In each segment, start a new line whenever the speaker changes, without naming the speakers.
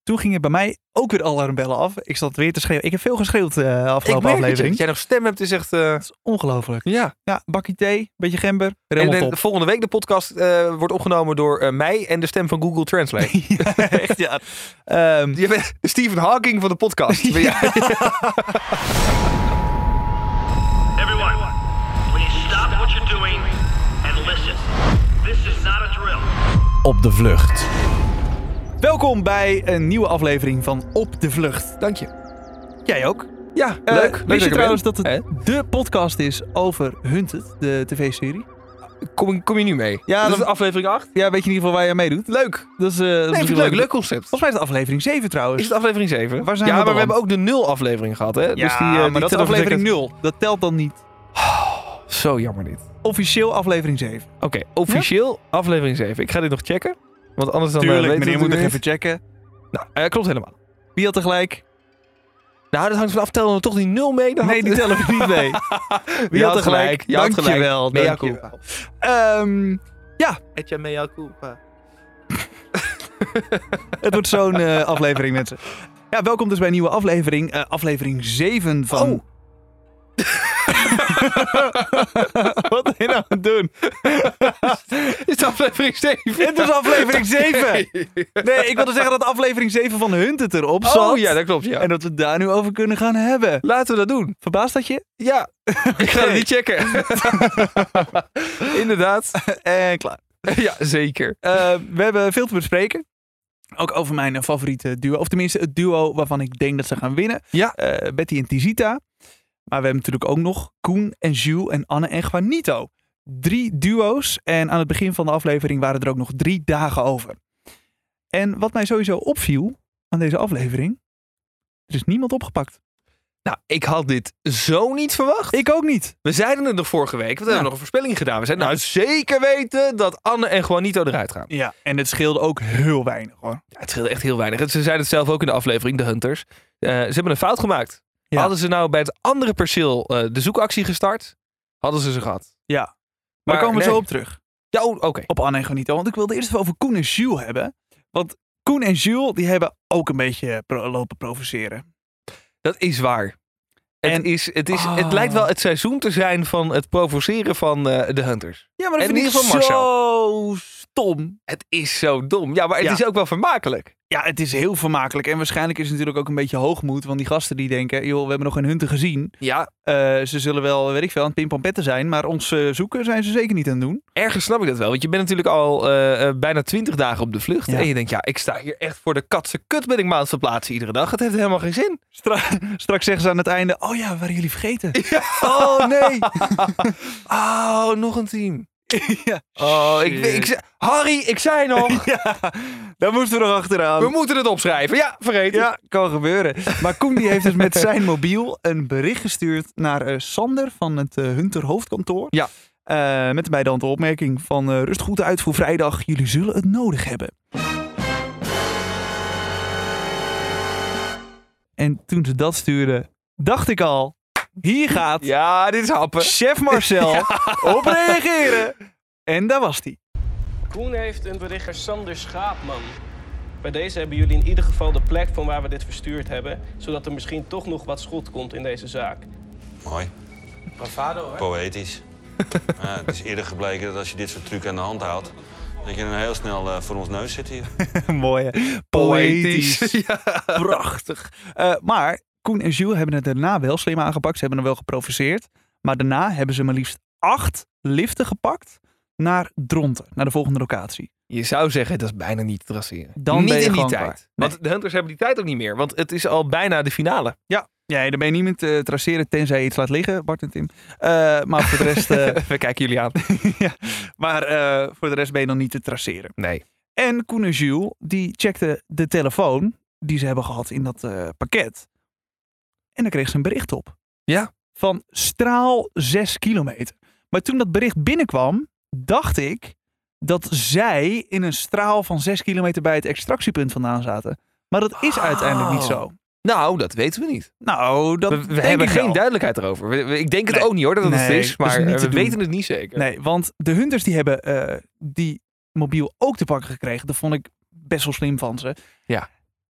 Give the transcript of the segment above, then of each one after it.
Toen gingen bij mij ook weer alarmbellen af. Ik zat weer te schreeuwen. Ik heb veel geschreeuwd afgelopen aflevering.
Dat jij nog stem hebt is echt...
Dat is ongelooflijk.
Ja.
Ja, bakkie thee, beetje gember.
En
Helemaal top.
volgende week de podcast wordt opgenomen door mij en de stem van Google Translate.
Ja, echt ja.
Je bent de Stephen Hawking van de podcast.
Ja.
Everyone, please stop what you're doing and listen. This is not a drill.
Op de vlucht. Welkom bij een nieuwe aflevering van Op de Vlucht.
Dank je.
Jij ook?
Ja, leuk.
Wist je trouwens dat het
Hè?
de podcast is over Hunted, de tv-serie?
Kom je nu mee?
Ja,
dat is
dan-
aflevering 8.
Ja, weet je in ieder geval waar jij meedoet?
Leuk.
Dat is,
Nee, vind ik leuk concept.
Volgens mij is het aflevering 7 trouwens.
Is het aflevering 7?
Waar zijn we
maar we
beland?
hebben ook de 0 aflevering gehad, hè?
Ja,
dus die
maar dat is
tellen we
aflevering
zeker-
0. Dat telt dan niet.
Zo jammer dit.
Officieel aflevering 7.
Oké, officieel aflevering 7. Ik ga dit nog checken. Want anders dan
Tuurlijk,
weten we
meneer
het
moet nog
niet.
even checken.
Nou, klopt helemaal.
Wie had er gelijk?
Nou, dat hangt vanaf. Tellen we toch die 0 mee? Dan
Nee, die tellen we niet mee. Wie
Je
had er
had
gelijk?
Je had gelijk.
Dankjewel.
Mea
Dankjewel.
culpa. Etje mea culpa.
Het wordt zo'n aflevering, mensen. Ja, welkom dus bij een nieuwe aflevering. Aflevering 7 van...
Oh.
Wat ben je nou aan het doen?
Is het aflevering 7?
Het is aflevering 7! Nee, ik wilde zeggen dat aflevering 7 van Hunted erop zat.
Oh ja, dat klopt, ja.
En dat we het daar nu over kunnen gaan hebben.
Laten we dat doen.
Verbaast dat je?
Ja, ik ga het niet checken. Inderdaad.
En klaar.
Ja, zeker.
We hebben veel te bespreken. Ook over mijn favoriete duo. Of tenminste het duo waarvan ik denk dat ze gaan winnen.
Ja.
Betty en Tisita. Maar we hebben natuurlijk ook nog Koen en Jules en Anne en Juanito. 3 duo's. En aan het begin van de aflevering waren er ook nog 3 dagen over. En wat mij sowieso opviel aan deze aflevering. Er is niemand opgepakt.
Nou, ik had dit zo niet verwacht.
Ik ook niet.
We zeiden het nog vorige week. Want we hebben nog een voorspelling gedaan. We zeiden nou zeker weten dat Anne en Juanito eruit gaan.
Ja, en het scheelde ook heel weinig hoor.
Ja, het scheelde echt heel weinig. Ze zeiden het zelf ook in de aflevering, de Hunters. Ze hebben een fout gemaakt.
Ja.
Hadden ze nou bij het andere perceel de zoekactie gestart, hadden ze gehad.
Ja. Maar
Maar
daar komen we
nee.
zo op terug.
Ja, oké.
Op Anne en Juanito. Want ik wilde eerst even over Koen en Jules hebben. Want Koen en Jules die hebben ook een beetje lopen provoceren.
Dat is waar. Het lijkt wel het seizoen te zijn van het provoceren van de Hunters.
Ja, maar
En
dat
in
vind
ieder
ik
geval
zo stom.
Het is zo dom. Ja, maar het
Ja.
is ook wel vermakelijk.
Ja, het is heel vermakelijk. En waarschijnlijk is het natuurlijk ook een beetje hoogmoed. Want die gasten die denken, joh, we hebben nog geen hunten gezien.
Ja,
Ze zullen wel, weet ik veel, aan het pimpampetten zijn. Maar ons zoeken zijn ze zeker niet aan het doen.
ergens snap ik dat wel. Want je bent natuurlijk al bijna 20 dagen op de vlucht.
Ja.
En je denkt, ja, ik sta hier echt voor de katse kut ben ik me aan het verplaatsen iedere dag. Het heeft helemaal geen zin.
Straks zeggen ze aan het einde, oh ja, waren jullie vergeten?
Ja.
Oh nee.
Oh, nog een team.
Ja.
Oh, Harry, ik zei nog.
Ja, daar moesten we nog achteraan.
We moeten het opschrijven. Ja, vergeten.
Ja, kan gebeuren. Maar Koen die heeft dus met zijn mobiel een bericht gestuurd naar Sander van het Hunter hoofdkantoor.
Ja.
Met bij de hand de opmerking van rust goed uit voor vrijdag. Jullie zullen het nodig hebben. En toen ze dat stuurde, dacht ik al, hier gaat
Ja, dit is happen.
chef Marcel op reageren. En daar was hij.
Koen heeft een bericht naar Sander Schaapman. Bij deze hebben jullie in ieder geval de plek van waar we dit verstuurd hebben, zodat er misschien toch nog wat schot komt in deze zaak.
Mooi.
Bravado, hoor.
Poëtisch. Ja, het is eerder gebleken dat als je dit soort truc aan de hand houdt, dat je dan heel snel voor ons neus zit hier.
Mooi hè? Poëtisch.
Ja.
Prachtig. Maar Koen en Jules hebben het daarna wel slim aangepakt. Ze hebben hem wel geprovoceerd. Maar daarna hebben ze maar liefst 8 liften gepakt naar Dronten. Naar de volgende locatie.
Je zou zeggen, dat is bijna niet te traceren.
Dan
niet
ben je
in die
gewoon
tijd.
klaar.
Want de Hunters hebben die tijd ook niet meer. Want het is al bijna de finale.
Ja, dan ben je niet meer te traceren tenzij je iets laat liggen, Bart en Tim. Maar voor de rest...
We kijken jullie aan.
ja, maar voor de rest ben je dan niet te traceren.
Nee.
En Koen en Jules, die checkten de telefoon die ze hebben gehad in dat pakket. En daar kreeg ze een bericht op.
Ja.
Van straal 6 kilometer. Maar toen dat bericht binnenkwam, dacht ik dat zij in een straal van 6 kilometer bij het extractiepunt vandaan zaten. Maar dat is uiteindelijk niet zo.
Nou, dat weten we niet.
Nou, dat
We
denk
hebben
ik
geen
wel.
duidelijkheid erover. Ik denk het
Nee.
ook niet hoor, dat het
Nee,
is.
dat is
Maar
niet te
we
doen.
weten het niet zeker.
Nee, want de Hunters die hebben die mobiel ook te pakken gekregen. Dat vond ik best wel slim van ze.
Ja.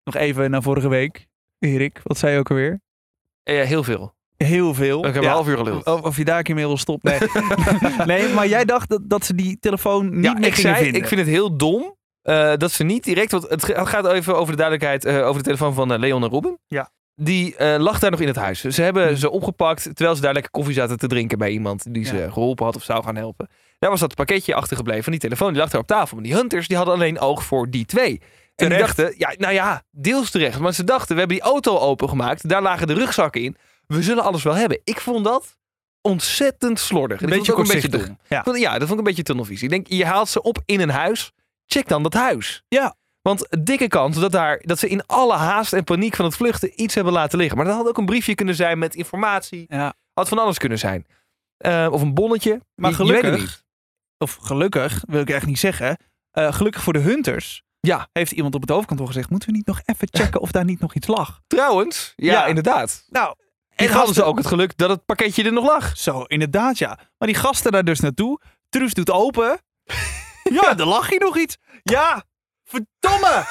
Nog even naar vorige week. Erik, wat zei je ook alweer?
Heel veel.
Heel veel.
Ik heb een half uur geluld.
Of je daar een keer mee wil stoppen. Nee. Nee, maar jij dacht dat ze die telefoon niet meer gingen vinden.
Ik vind het heel dom dat ze niet direct... Want het gaat even over de duidelijkheid over de telefoon van Leon en Robin.
Ja.
Die lag daar nog in het huis. Ze hebben ze opgepakt terwijl ze daar lekker koffie zaten te drinken bij iemand die ze geholpen had of zou gaan helpen. Daar was dat pakketje achtergebleven van die telefoon. Die lag daar op tafel. Maar die hunters die hadden alleen oog voor die 2. En die dachten, deels terecht. Maar ze dachten, we hebben die auto opengemaakt. Daar lagen de rugzakken in. We zullen alles wel hebben. Ik vond dat ontzettend slordig.
Een beetje kortzichtig.
Ja, dat vond ik een beetje tunnelvisie. Ik denk, je haalt ze op in een huis. Check dan dat huis.
Ja.
Want dikke kans dat ze in alle haast en paniek van het vluchten iets hebben laten liggen. Maar dat had ook een briefje kunnen zijn met informatie.
Ja.
Had van alles kunnen zijn. Of een bonnetje.
Maar
je weet het
gelukkig,
niet.
of gelukkig, wil ik echt niet zeggen. Gelukkig voor de hunters.
Ja.
Heeft iemand op het hoofdkantoor gezegd, moeten we niet nog even checken of daar niet nog iets lag?
Trouwens, ja. Inderdaad.
Nou,
En hadden ze ook het geluk dat het pakketje er nog lag.
Zo, inderdaad, ja. Maar die gasten daar dus naartoe. Truus doet open. Ja, er lag hier nog iets. Ja, verdomme.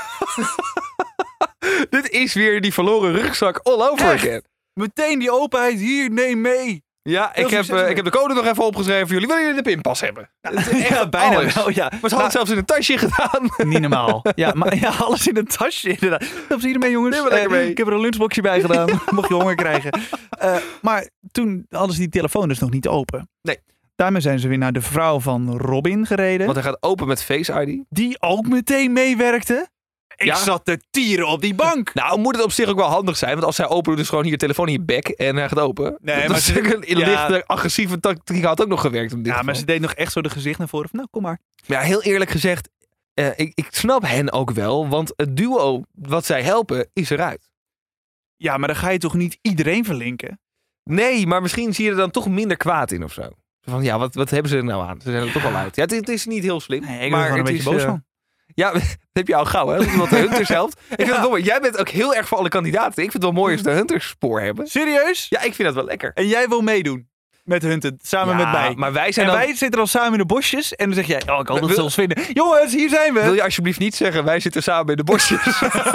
Dit is weer die verloren rugzak all over again.
Meteen die openheid hier, neem mee.
Ja, ik heb de code nog even opgeschreven voor jullie. Willen jullie de pinpas hebben?
Ja, bijna
alles.
wel, ja.
Maar ze hadden het zelfs in een tasje gedaan.
Niet normaal. Ja, maar ja, alles in een tasje inderdaad. Heb ze hiermee, jongens?
Neem maar lekker mee.
Ik heb er een lunchboxje bij gedaan. Mocht je honger krijgen. Maar toen hadden ze die telefoon dus nog niet open.
Nee.
Daarmee zijn ze weer naar de vrouw van Robin gereden.
Want hij gaat open met Face ID.
Die ook meteen meewerkte. Ik
Ja.
zat te tieren op die bank.
Nou, moet het op zich ook wel handig zijn. Want als hij open doet, is gewoon hier telefoon in je bek. En hij gaat open.
Nee,
dat
maar
is
ze-
een lichte agressieve tactiek had ook nog gewerkt. In dit
Ja,
geval.
maar ze deed nog echt zo de gezicht naar voren. Van, nou, kom maar.
Maar ja, heel eerlijk gezegd. Ik snap hen ook wel. Want het duo wat zij helpen, is eruit.
Ja, maar dan ga je toch niet iedereen verlinken?
Nee, maar misschien zie je er dan toch minder kwaad in of zo. Van ja, wat hebben ze er nou aan? Ze zijn er toch al uit. Ja, het is niet heel slim.
Nee, ik
maar
ben er
het
een beetje
is,
boos van.
Ja, dat heb je al gauw, hè? Als iemand de Hunters helpt. Ik vind het dom. Jij bent ook heel erg voor alle kandidaten. Ik vind het wel mooi als de Hunters spoor hebben.
Serieus?
Ja, ik vind dat wel lekker.
En jij wil meedoen met Hunten, samen met mij.
Maar wij zijn
En
dan...
wij zitten dan samen in de bosjes. En dan zeg jij, oh, ik hoop dat ze ons vinden. Jongens, hier zijn we.
Wil je alsjeblieft niet zeggen, wij zitten samen in de bosjes?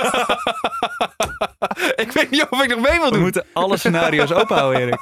Ik weet niet of ik nog mee wil
We
doen.
moeten alle scenario's openhouden, Erik.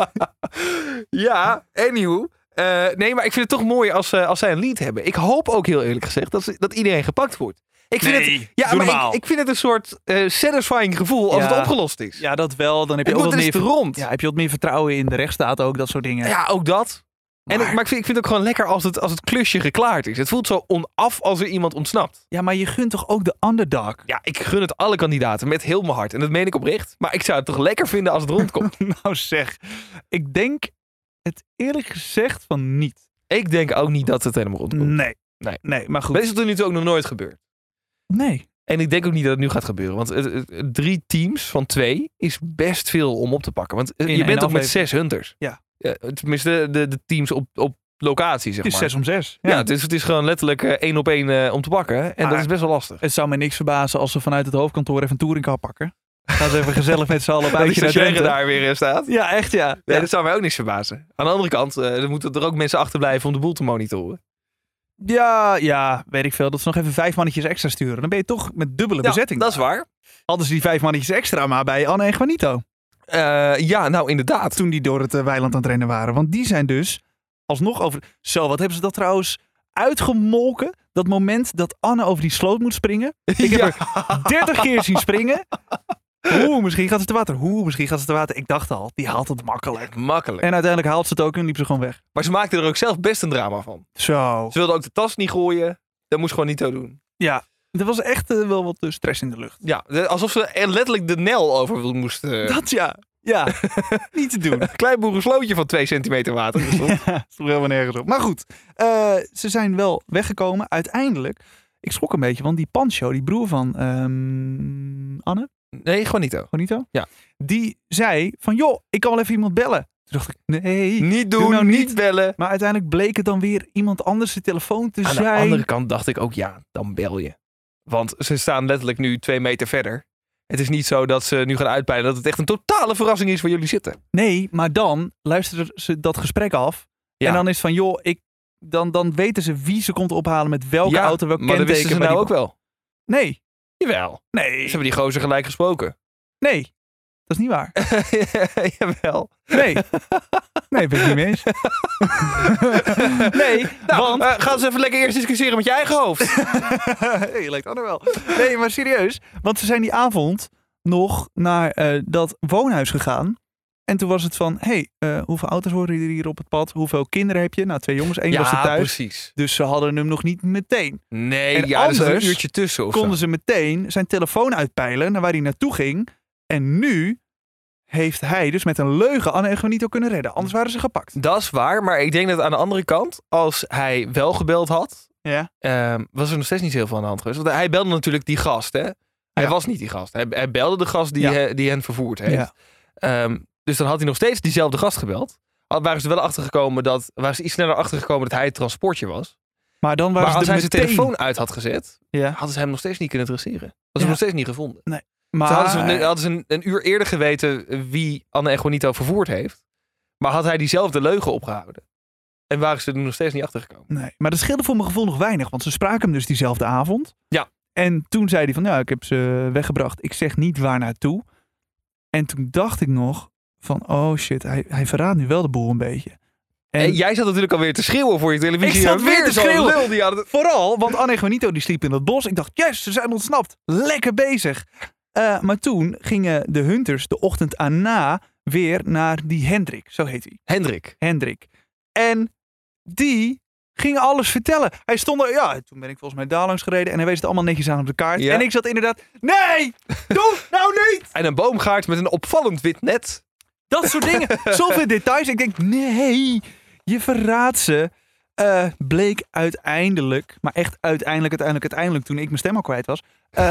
Ja, anywho. Nee, maar ik vind het toch mooi als zij een lead hebben. Ik hoop ook heel eerlijk gezegd dat iedereen gepakt wordt. Ik vind
Nee,
het, ja,
doe
maar
normaal.
ik vind het een soort satisfying gevoel als
Ja.
het opgelost is.
Ja, dat wel. Dan heb je
Het
ook
moet
wat
er
meer,
eens rond.
ja, heb je wat meer vertrouwen in de rechtsstaat ook, dat soort dingen.
Ja, ook dat.
Maar-
Maar ik vind het ook gewoon lekker als het klusje geklaard is. Het voelt zo onaf als er iemand ontsnapt.
Ja, maar je gunt toch ook de underdog?
Ja, ik gun het alle kandidaten met heel mijn hart. En dat meen ik oprecht. Maar ik zou het toch lekker vinden als het rondkomt.
Nou zeg, ik denk het eerlijk gezegd van niet.
Ik denk ook niet dat het helemaal rondkomt.
Nee.
Nee.
Nee, maar goed.
Dat is het tot nu toe ook nog nooit gebeurd.
Nee.
En ik denk ook niet dat het nu gaat gebeuren. Want 3 teams van 2 is best veel om op te pakken. Want je
één
bent ook met
aflevering.
6 hunters.
Ja.
Tenminste, de teams op locatie, zeg
Het is
maar.
6 om 6.
Ja, het is gewoon letterlijk 1 op 1 om te pakken. En
Maar-
dat is best wel lastig.
Het zou mij niks verbazen als ze vanuit het hoofdkantoor even een touringcar pakken. Gaan ze even gezellig met z'n allen op
Dat die
uitje naar
stagiaire
Drenthe.
daar weer staat.
Ja, echt ja.
Nee,
Ja.
dat zou mij ook niks verbazen. Aan de andere kant, er moeten er ook mensen achterblijven om de boel te monitoren.
Ja, weet ik veel. Dat ze nog even 5 mannetjes extra sturen. Dan ben je toch met dubbele bezetting.
dat is waar.
Hadden ze die 5 mannetjes extra maar bij Anne en Juanito.
Ja, nou inderdaad.
Toen die door het weiland aan het rennen waren. Want die zijn dus alsnog over... Zo, wat hebben ze dat trouwens uitgemolken? Dat moment dat Anne over die sloot moet springen. Ik heb er 30 keer zien springen. Misschien gaat ze te water. Misschien gaat ze te water. Ik dacht al, die haalt het makkelijk.
Makkelijk.
En uiteindelijk haalt ze het ook en liep ze gewoon weg.
Maar ze maakten er ook zelf best een drama van.
Zo.
Ze wilden ook de tas niet gooien. Dat moest gewoon niet zo doen.
Ja, er was echt wel wat stress in de lucht.
Ja, alsof ze er letterlijk de Nel over moesten.
Dat ja. Ja, niet te doen.
Een klein boerenslootje van 2 centimeter water.
Ja, stond helemaal nergens op. Maar goed, ze zijn wel weggekomen. Uiteindelijk, ik schrok een beetje, want die Pancho, die broer van Anne,
Nee, gewoon niet.
Juanito,
Ja.
die zei van, joh, ik kan wel even iemand bellen. Toen dacht ik, nee.
Niet
Doe
doen,
nou
niet
niet.
bellen.
Maar uiteindelijk bleek het dan weer iemand anders de telefoon te
Aan de
zijn.
andere kant dacht ik ook, ja, dan bel je. Want ze staan letterlijk nu 2 meter verder. Het is niet zo dat ze nu gaan uitpeilen dat het echt een totale verrassing is waar jullie zitten.
Nee, maar dan luisteren ze dat gesprek af.
Ja.
En dan is het van, joh, dan weten ze wie ze komt ophalen met welke auto, welk
maar dat
kenteken.
wisten ze
bij
nou
die
ook wel.
Nee.
Jawel.
Nee.
Ze hebben die gozer gelijk gesproken.
Nee. Dat is niet waar.
Jawel.
Nee. Nee, ben ik niet mee eens. Nee, want...
Ga eens even lekker eerst discussiëren met je eigen hoofd.
Je lijkt Anne wel. Nee, maar serieus. Want ze zijn die avond nog naar dat woonhuis gegaan. En toen was het van, hoeveel auto's horen er hier op het pad? Hoeveel kinderen heb je? Nou, 2 jongens, 1 was er thuis.
Precies.
Dus ze hadden hem nog niet meteen.
Nee,
en
er zat
anders
een uurtje tussen of
konden
zo.
ze meteen zijn telefoon uitpeilen naar waar hij naartoe ging. En nu heeft hij dus met een leugen Anne en Juanito kunnen redden. Anders waren ze gepakt.
Dat is waar, maar ik denk dat aan de andere kant, als hij wel gebeld had, was er nog steeds niet zo heel veel aan de hand geweest. Want hij belde natuurlijk die gast, hè? Hij was niet die gast. Hij belde de gast die hen vervoerd heeft. Ja. Dus dan had hij nog steeds diezelfde gast gebeld. Waren ze er wel achtergekomen waren ze iets sneller achtergekomen dat hij het transportje was.
Maar dan
maar als hij
zijn
telefoon uit had gezet, hadden ze hem nog steeds niet kunnen traceren. Dat is nog steeds niet gevonden.
Nee.
Maar hadden ze een uur eerder geweten wie Anne en Juanito vervoerd heeft. Maar had hij diezelfde leugen opgehouden. En waren ze er nog steeds niet achtergekomen.
Nee, maar dat scheelde voor mijn gevoel nog weinig. Want ze spraken hem dus diezelfde avond.
Ja.
En toen zei hij van, ik heb ze weggebracht. Ik zeg niet waar naartoe. En toen dacht ik nog van, oh shit, hij verraadt nu wel de boel een beetje.
En jij zat natuurlijk alweer te schreeuwen voor je televisie.
Ik zat weer te schreeuwen.
Lul, die hadden...
Vooral, want Anne en Juanito die sliepen in het bos. Ik dacht, yes, ze zijn ontsnapt. Lekker bezig. Maar toen gingen de hunters de ochtend erna weer naar die Hendrik. Zo heet hij. Hendrik. En die ging alles vertellen. Hij stond er, toen ben ik volgens mij daar langs gereden. En hij wees het allemaal netjes aan op de kaart. Ja. En ik zat inderdaad, nee, doe nou niet.
En een boomgaard met een opvallend wit net.
Dat soort dingen. Zoveel details. Ik denk, nee, je verraadt ze. Bleek uiteindelijk, maar echt uiteindelijk, toen ik mijn stem al kwijt was,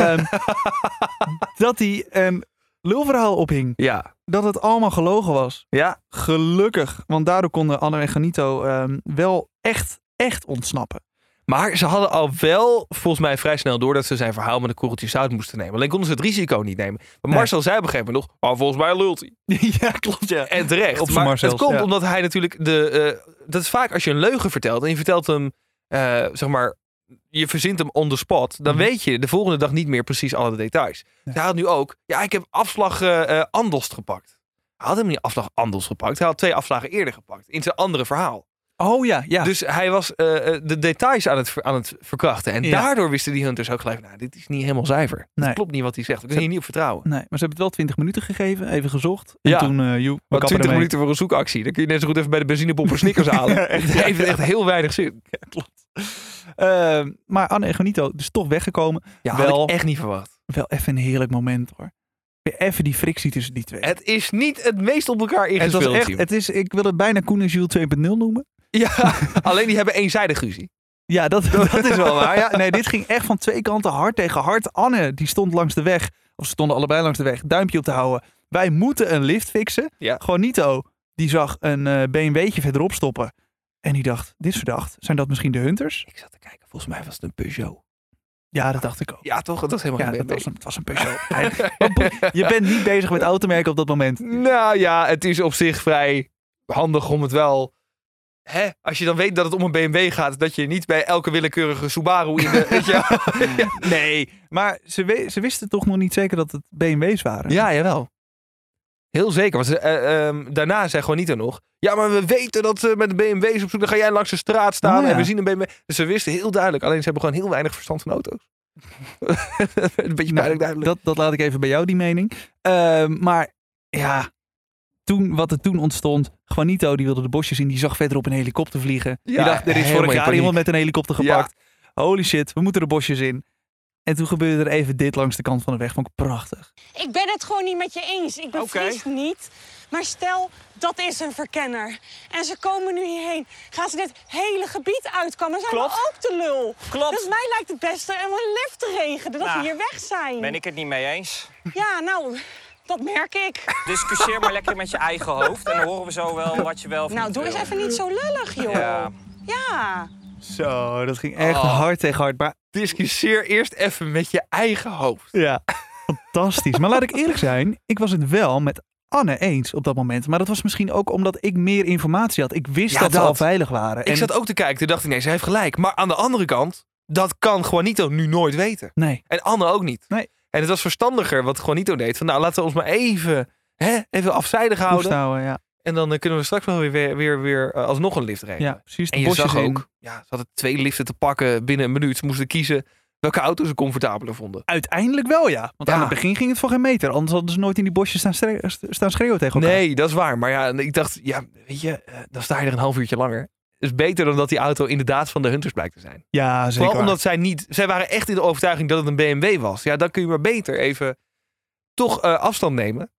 dat hij een lulverhaal ophing.
Ja.
Dat het allemaal gelogen was.
Ja.
Gelukkig, want daardoor konden Anne en Juanito wel echt ontsnappen.
Maar ze hadden al wel, volgens mij vrij snel door dat ze zijn verhaal met een korreltje zout moesten nemen. Alleen konden ze het risico niet nemen. Maar Marcel zei op een gegeven moment nog, volgens mij lult hij.
Ja, klopt, ja.
En terecht.
Op
maar
Marcels,
het komt omdat hij natuurlijk dat is vaak als je een leugen vertelt en je vertelt hem, zeg maar, je verzint hem on the spot, dan weet je de volgende dag niet meer precies alle details. Ja. Hij had nu ook, ik heb afslag Andelst gepakt. Hij had hem niet afslag Andelst gepakt. Hij had 2 afslagen eerder gepakt in zijn andere verhaal.
Oh ja.
Dus hij was de details aan het verkrachten. En daardoor wisten die hunters ook gelijk, dit is niet helemaal zuiver. Dat klopt niet wat hij zegt. We kunnen hier niet op vertrouwen.
Nee, maar ze hebben het wel 20 minuten gegeven. Even gezocht. En toen,
20 minuten voor een zoekactie. Dan kun je net zo goed even bij de benzinepomp Snickers halen. Het heeft echt heel weinig zin.
Ja, klopt. Maar Anne en Juanito dus toch weggekomen.
Ja, had ik echt niet verwacht.
Wel even een heerlijk moment hoor. Weer even die frictie tussen die twee.
Het is niet het meest op elkaar ingespeeld.
Ik wil het bijna Koen en Jules 2.0 noemen.
Ja, alleen die hebben eenzijdig ruzie.
Ja, dat is wel waar. Ja, nee, dit ging echt van 2 kanten hard tegen hard. Anne, die stond langs de weg. Of ze stonden allebei langs de weg. Duimpje op te houden. Wij moeten een lift fixen.
Ja.
Juanito, die zag een BMW'tje verderop stoppen. En die dacht, dit is verdacht. Zijn dat misschien de hunters?
Ik zat te kijken. Volgens mij was het een Peugeot.
Ja, dat dacht ik ook.
Ja, toch? Het was helemaal geen BMW.
Het was een Peugeot. Je bent niet bezig met automerken op dat moment.
Nou ja, het is op zich vrij handig om het wel... als je dan weet dat het om een BMW gaat, dat je niet bij elke willekeurige Subaru in de... Weet je?
Nee, maar ze wisten toch nog niet zeker dat het BMW's waren?
Ja, jawel. Heel zeker. Want daarna zei Juanito nog... Ja, maar we weten dat met de BMW's op zoek... Dan ga jij langs de straat staan en we zien een BMW. Dus ze wisten heel duidelijk. Alleen ze hebben gewoon heel weinig verstand van auto's. Een beetje duidelijk.
Dat laat ik even bij jou, die mening. Maar ja... Wat er toen ontstond, Juanito die wilde de bosjes in, die zag verderop een helikopter vliegen. Die dacht, er is vorig jaar iemand met een helikopter gepakt. Ja. Holy shit, we moeten de bosjes in. En toen gebeurde er even dit langs de kant van de weg. Vond ik prachtig.
Ik ben het gewoon niet met je eens. Ik bevries niet. Maar stel, dat is een verkenner. En ze komen nu hierheen. Gaan ze dit hele gebied uitkomen? Dan zijn we ook de lul.
Klopt.
Dus mij lijkt het beste om een lef te regenen. Dat we hier weg zijn.
Ben ik het niet mee eens.
Ja, nou... Dat merk ik.
Discussieer maar lekker met je eigen hoofd. En dan horen we zo wel wat je wel vindt.
Nou, doe eens even niet zo lullig, joh. Ja.
Zo, dat ging echt hard tegen hard. Maar
discussieer eerst even met je eigen hoofd.
Ja, fantastisch. Maar laat ik eerlijk zijn. Ik was het wel met Anne eens op dat moment. Maar dat was misschien ook omdat ik meer informatie had. Ik wist dat ze al veilig waren.
Ik zat ook te kijken. Toen dacht ik, nee, ze heeft gelijk. Maar aan de andere kant... Dat kan Juanito nu nooit weten.
Nee.
En Anne ook niet.
Nee.
En het was verstandiger wat Juanito deed. Van laten we ons maar even afzijdig houden.
Houden, ja.
En dan kunnen we straks wel weer alsnog een lift regelen.
Ja, precies. De
En je
bosjes
zag
in.
ook, ze hadden 2 liften te pakken binnen een minuut. Ze moesten kiezen welke auto ze comfortabeler vonden.
Uiteindelijk wel, ja. Want aan het begin ging het voor geen meter. Anders hadden ze nooit in die bosjes staan schreeuwen tegen elkaar.
Nee, dat is waar. Maar ja, ik dacht, weet je, dan sta je er een half uurtje langer. Dus beter dan dat die auto inderdaad van de Hunters blijkt te zijn.
Ja, zeker.
Vooral omdat zij waren echt in de overtuiging dat het een BMW was. Ja, dan kun je maar beter even toch afstand nemen.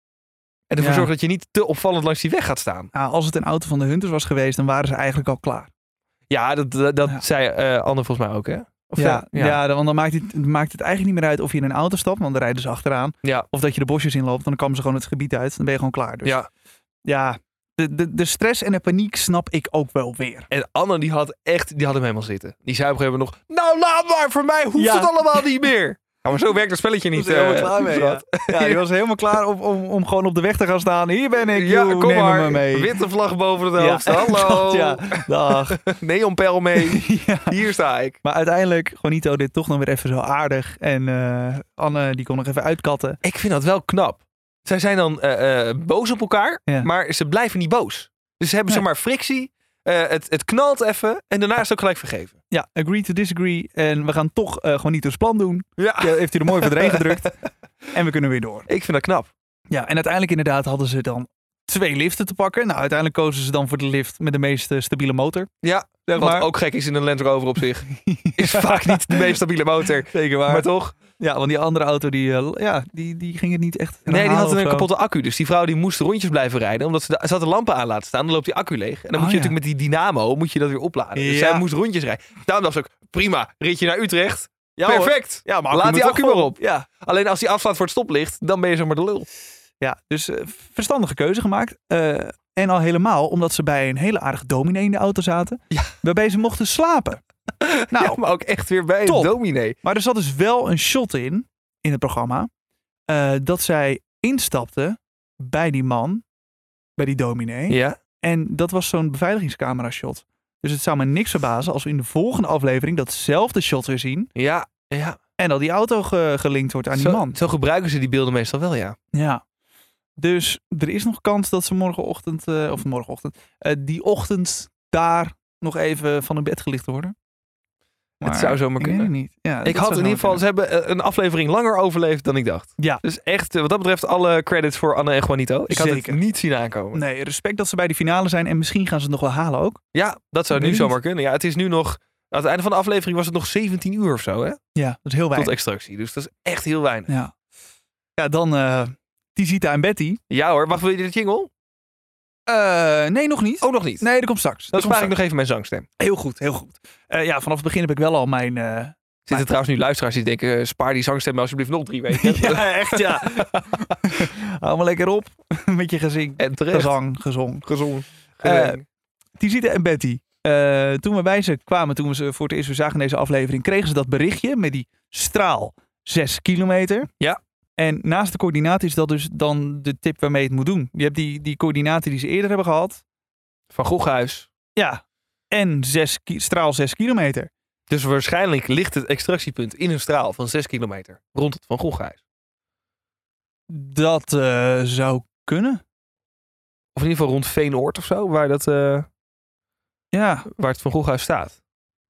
En ervoor zorgen dat je niet te opvallend langs die weg gaat staan.
Als het een auto van de Hunters was geweest, dan waren ze eigenlijk al klaar.
Ja, dat zei Anne volgens mij ook, hè?
Want dan maakt het eigenlijk niet meer uit of je in een auto stapt, want dan rijden ze achteraan.
Ja.
Of dat je de bosjes inloopt, dan komen ze gewoon het gebied uit. Dan ben je gewoon klaar. Dus ja, de stress en de paniek snap ik ook wel weer.
En Anne die had hem helemaal zitten. Die zei op een gegeven moment nog, nou laat maar, voor mij hoeft het allemaal niet meer. Ja, maar zo werkt het spelletje niet.
Helemaal klaar mee, ja, die was helemaal klaar om gewoon op de weg te gaan staan. Hier ben ik,
kom maar.
Me mee.
Witte vlag boven het hoofd. Hallo.
Dag.
Neonpijl mee. Hier sta ik.
Maar uiteindelijk, Juanito dit toch nog weer even zo aardig. En Anne, die kon nog even uitkatten.
Ik vind dat wel knap. Zij zijn dan boos op elkaar, maar ze blijven niet boos. Dus ze hebben zomaar frictie. Het knalt even en daarna is het ook gelijk vergeven.
Ja, agree to disagree. En we gaan toch Juanito's plan doen.
Ja.
Heeft hij er mooi voor erin gedrukt. En we kunnen weer door.
Ik vind dat knap.
Ja, en uiteindelijk inderdaad hadden ze dan 2 liften te pakken. Nou, uiteindelijk kozen ze dan voor de lift met de meest stabiele motor.
Ja, wat ook gek is in een Land Rover op zich. Is vaak niet de meest stabiele motor.
Zeker waar.
Maar toch?
Ja, want die andere auto, die ging het niet echt.
Nee, die had een kapotte accu. Dus die vrouw die moest rondjes blijven rijden. Omdat ze had de lampen aan laten staan. Dan loopt die accu leeg. En dan moet je natuurlijk met die dynamo moet je dat weer opladen. Dus zij moest rondjes rijden. Daarom dacht ze ook, prima, ritje naar Utrecht. Ja, perfect.
Ja, maar
laat die accu maar op.
Ja.
Alleen als die afslaat voor het stoplicht, dan ben je zomaar de lul.
Ja, dus verstandige keuze gemaakt. En al helemaal omdat ze bij een hele aardige dominee in de auto zaten. Ja. Waarbij ze mochten slapen.
Nou, maar ook echt weer bij een dominee.
Maar er zat dus wel een shot in het programma. Dat zij instapte bij die man, bij die dominee.
Ja.
En dat was zo'n beveiligingscamera shot. Dus het zou me niks verbazen als we in de volgende aflevering datzelfde shot weer zien.
Ja.
En dat die auto gelinkt wordt aan die man.
Zo gebruiken ze die beelden meestal wel, ja.
Ja. Dus er is nog kans dat ze die ochtend daar nog even van hun bed gelicht worden. Maar
het zou zomaar kunnen.
Niet. Ja,
ik had in ieder geval, ze hebben een aflevering langer overleefd dan ik dacht.
Ja.
Dus echt, wat dat betreft, alle credits voor Anne en Juanito. Ik had het niet zien aankomen.
Nee, respect dat ze bij die finale zijn en misschien gaan ze het nog wel halen ook.
Ja, dat zou nu zomaar kunnen. Ja, het is nu nog, aan het einde van de aflevering was het nog 17 uur of zo, hè?
Ja, dat is heel weinig.
Tot extractie, dus dat is echt heel weinig.
Ja, dan Tisita en Betty.
Ja hoor, wil je de jingle?
Nee, nog niet.
Oh, nog niet?
Nee, dat komt straks.
Dan spaar ik nog even mijn zangstem.
Heel goed, heel goed. Vanaf het begin heb ik wel al mijn...
Zitten trouwens nu luisteraars die denken, spaar die zangstem alsjeblieft nog 3 weken.
Ja, echt ja. Hou maar lekker op met je gezing.
En terecht.
Gezong. Tisita en Betty. Toen we bij ze kwamen, toen we ze voor het eerst weer zagen in deze aflevering, kregen ze dat berichtje met die straal 6 kilometer.
Ja.
En naast de coördinaten is dat dus dan de tip waarmee je het moet doen. Je hebt die coördinaten die ze eerder hebben gehad.
Van Goghuis.
Ja. En straal 6 kilometer.
Dus waarschijnlijk ligt het extractiepunt in een straal van 6 kilometer rond het Van Goghuis.
Dat zou kunnen.
Of in ieder geval rond Veenoord of zo, waar het Van Goghuis staat.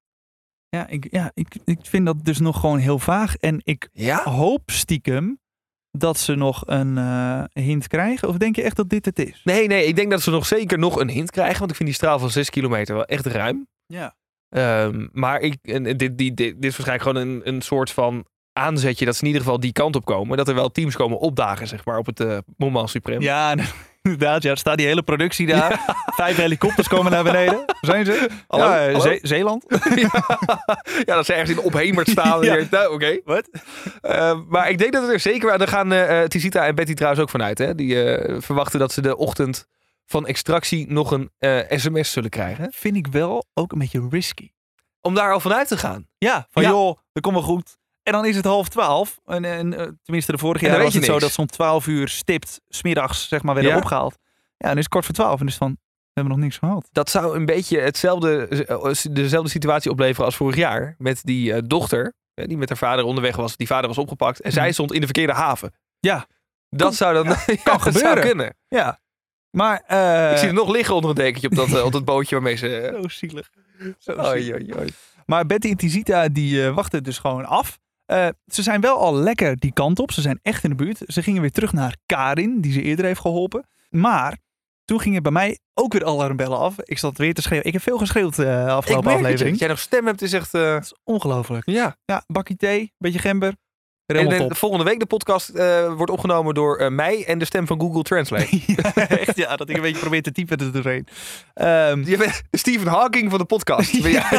Ik vind dat dus nog gewoon heel vaag. En ik hoop stiekem dat ze nog een hint krijgen. Of denk je echt dat dit het is?
Nee, ik denk dat ze nog zeker nog een hint krijgen. Want ik vind die straal van 6 kilometer wel echt ruim.
Ja.
Maar dit is waarschijnlijk gewoon een soort van aanzetje dat ze in ieder geval die kant op komen. Dat er wel teams komen opdagen, zeg maar, op het Moment Supreme.
Ja, inderdaad. Ja, er staat die hele productie daar. Ja. 5 helikopters komen naar beneden. Waar zijn ze?
Hallo?
Zeeland?
Ja, dat ze ergens in Ophemert staan. Ja. Nou, oké.
Wat?
Maar ik denk dat het er zeker... Daar gaan Tisita en Betty trouwens ook vanuit. Hè? Die verwachten dat ze de ochtend van extractie nog een sms zullen krijgen.
Vind ik wel ook een beetje risky.
Om daar al vanuit te gaan.
Ja, joh, dat komt wel goed. En dan is het 11:30. En tenminste de vorige jaar was het zo dat ze om 12 uur stipt 's middags zeg maar werden opgehaald. Ja, en dan is het 11:45 en dus van We hebben nog niks gehad.
Dat zou een beetje dezelfde situatie opleveren als vorig jaar. Met die dochter, die met haar vader onderweg was. Die vader was opgepakt en zij stond in de verkeerde haven.
Ja.
Dat zou dan
kan gebeuren.
Zou kunnen.
Ja. Maar,
ik zie er nog liggen onder een dekentje op dat bootje waarmee ze...
Zo zielig.
Oei.
Maar Betty en Tisita die wachten dus gewoon af. Ze zijn wel al lekker die kant op. Ze zijn echt in de buurt. Ze gingen weer terug naar Karin, die ze eerder heeft geholpen. Maar toen gingen bij mij ook weer alarmbellen af. Ik zat weer te schreeuwen. Ik heb veel geschreeuwd afgelopen aflevering.
Dat jij nog stem hebt is echt...
Dat is ongelooflijk.
Ja,
bakkie thee, beetje gember.
En volgende week de podcast wordt opgenomen door mij en de stem van Google Translate.
Echt, ja, dat ik een beetje probeer te typen er doorheen.
Je bent de Stephen Hawking van de podcast.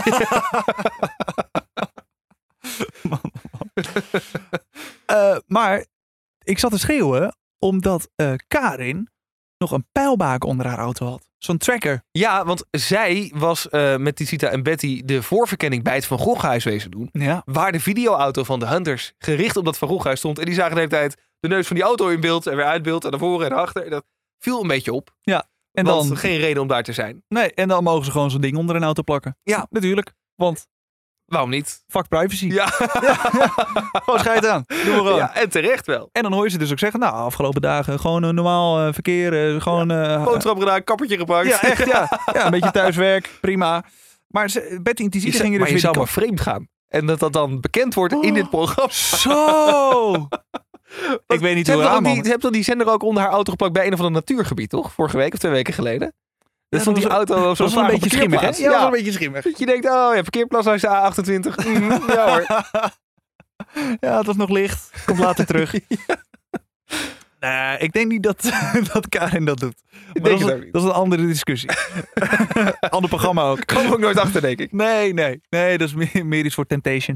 Maar ik zat te schreeuwen omdat Karin nog een pijlbaak onder haar auto had. Zo'n tracker.
Ja, want zij was met Tisita en Betty de voorverkenning bij het Van Gogh-huis wezen doen.
Ja.
Waar de videoauto van de Hunters gericht op dat Van Gogh-huis stond. En die zagen de hele tijd de neus van die auto in beeld en weer uit beeld. En naar voren en naar achter. En dat viel een beetje op.
Ja. En
want
dan
geen reden om daar te zijn.
Nee, en dan mogen ze gewoon zo'n ding onder een auto plakken.
Ja.
Natuurlijk. Want
waarom niet?
Fuck privacy.
Ja.
Gewoon scheid aan. Doen we gewoon.
Ja, en terecht wel.
En dan hoor je ze dus ook zeggen, nou, afgelopen dagen gewoon een normaal verkeer.
Boodschap gedaan, kappertje gepakt.
Ja, echt, ja. Ja, een beetje thuiswerk, prima. Maar Betty en Tisita gingen dus
maar je
weer
zou maar vreemd gaan. En dat dan bekend wordt in dit programma.
Zo! Ik weet niet hoe aan, man.
Je hebt dan die zender ook onder haar auto gepakt bij een of ander natuurgebied, toch? Vorige week of 2 weken geleden. Dat stond die auto op zo'n
een beetje schimmig, hè? Ja, dat een beetje schimmig.
Dat je denkt, oh ja, parkeerplaats langs de A28. Ja hoor.
Ja, het was nog licht. Komt later terug. Nee, ik denk niet dat Karin dat doet.
Ik denk het ook niet.
Dat is een andere discussie. Ander programma ook.
Kom ook nooit achter, denk ik.
Nee, dat is meer iets voor Temptation.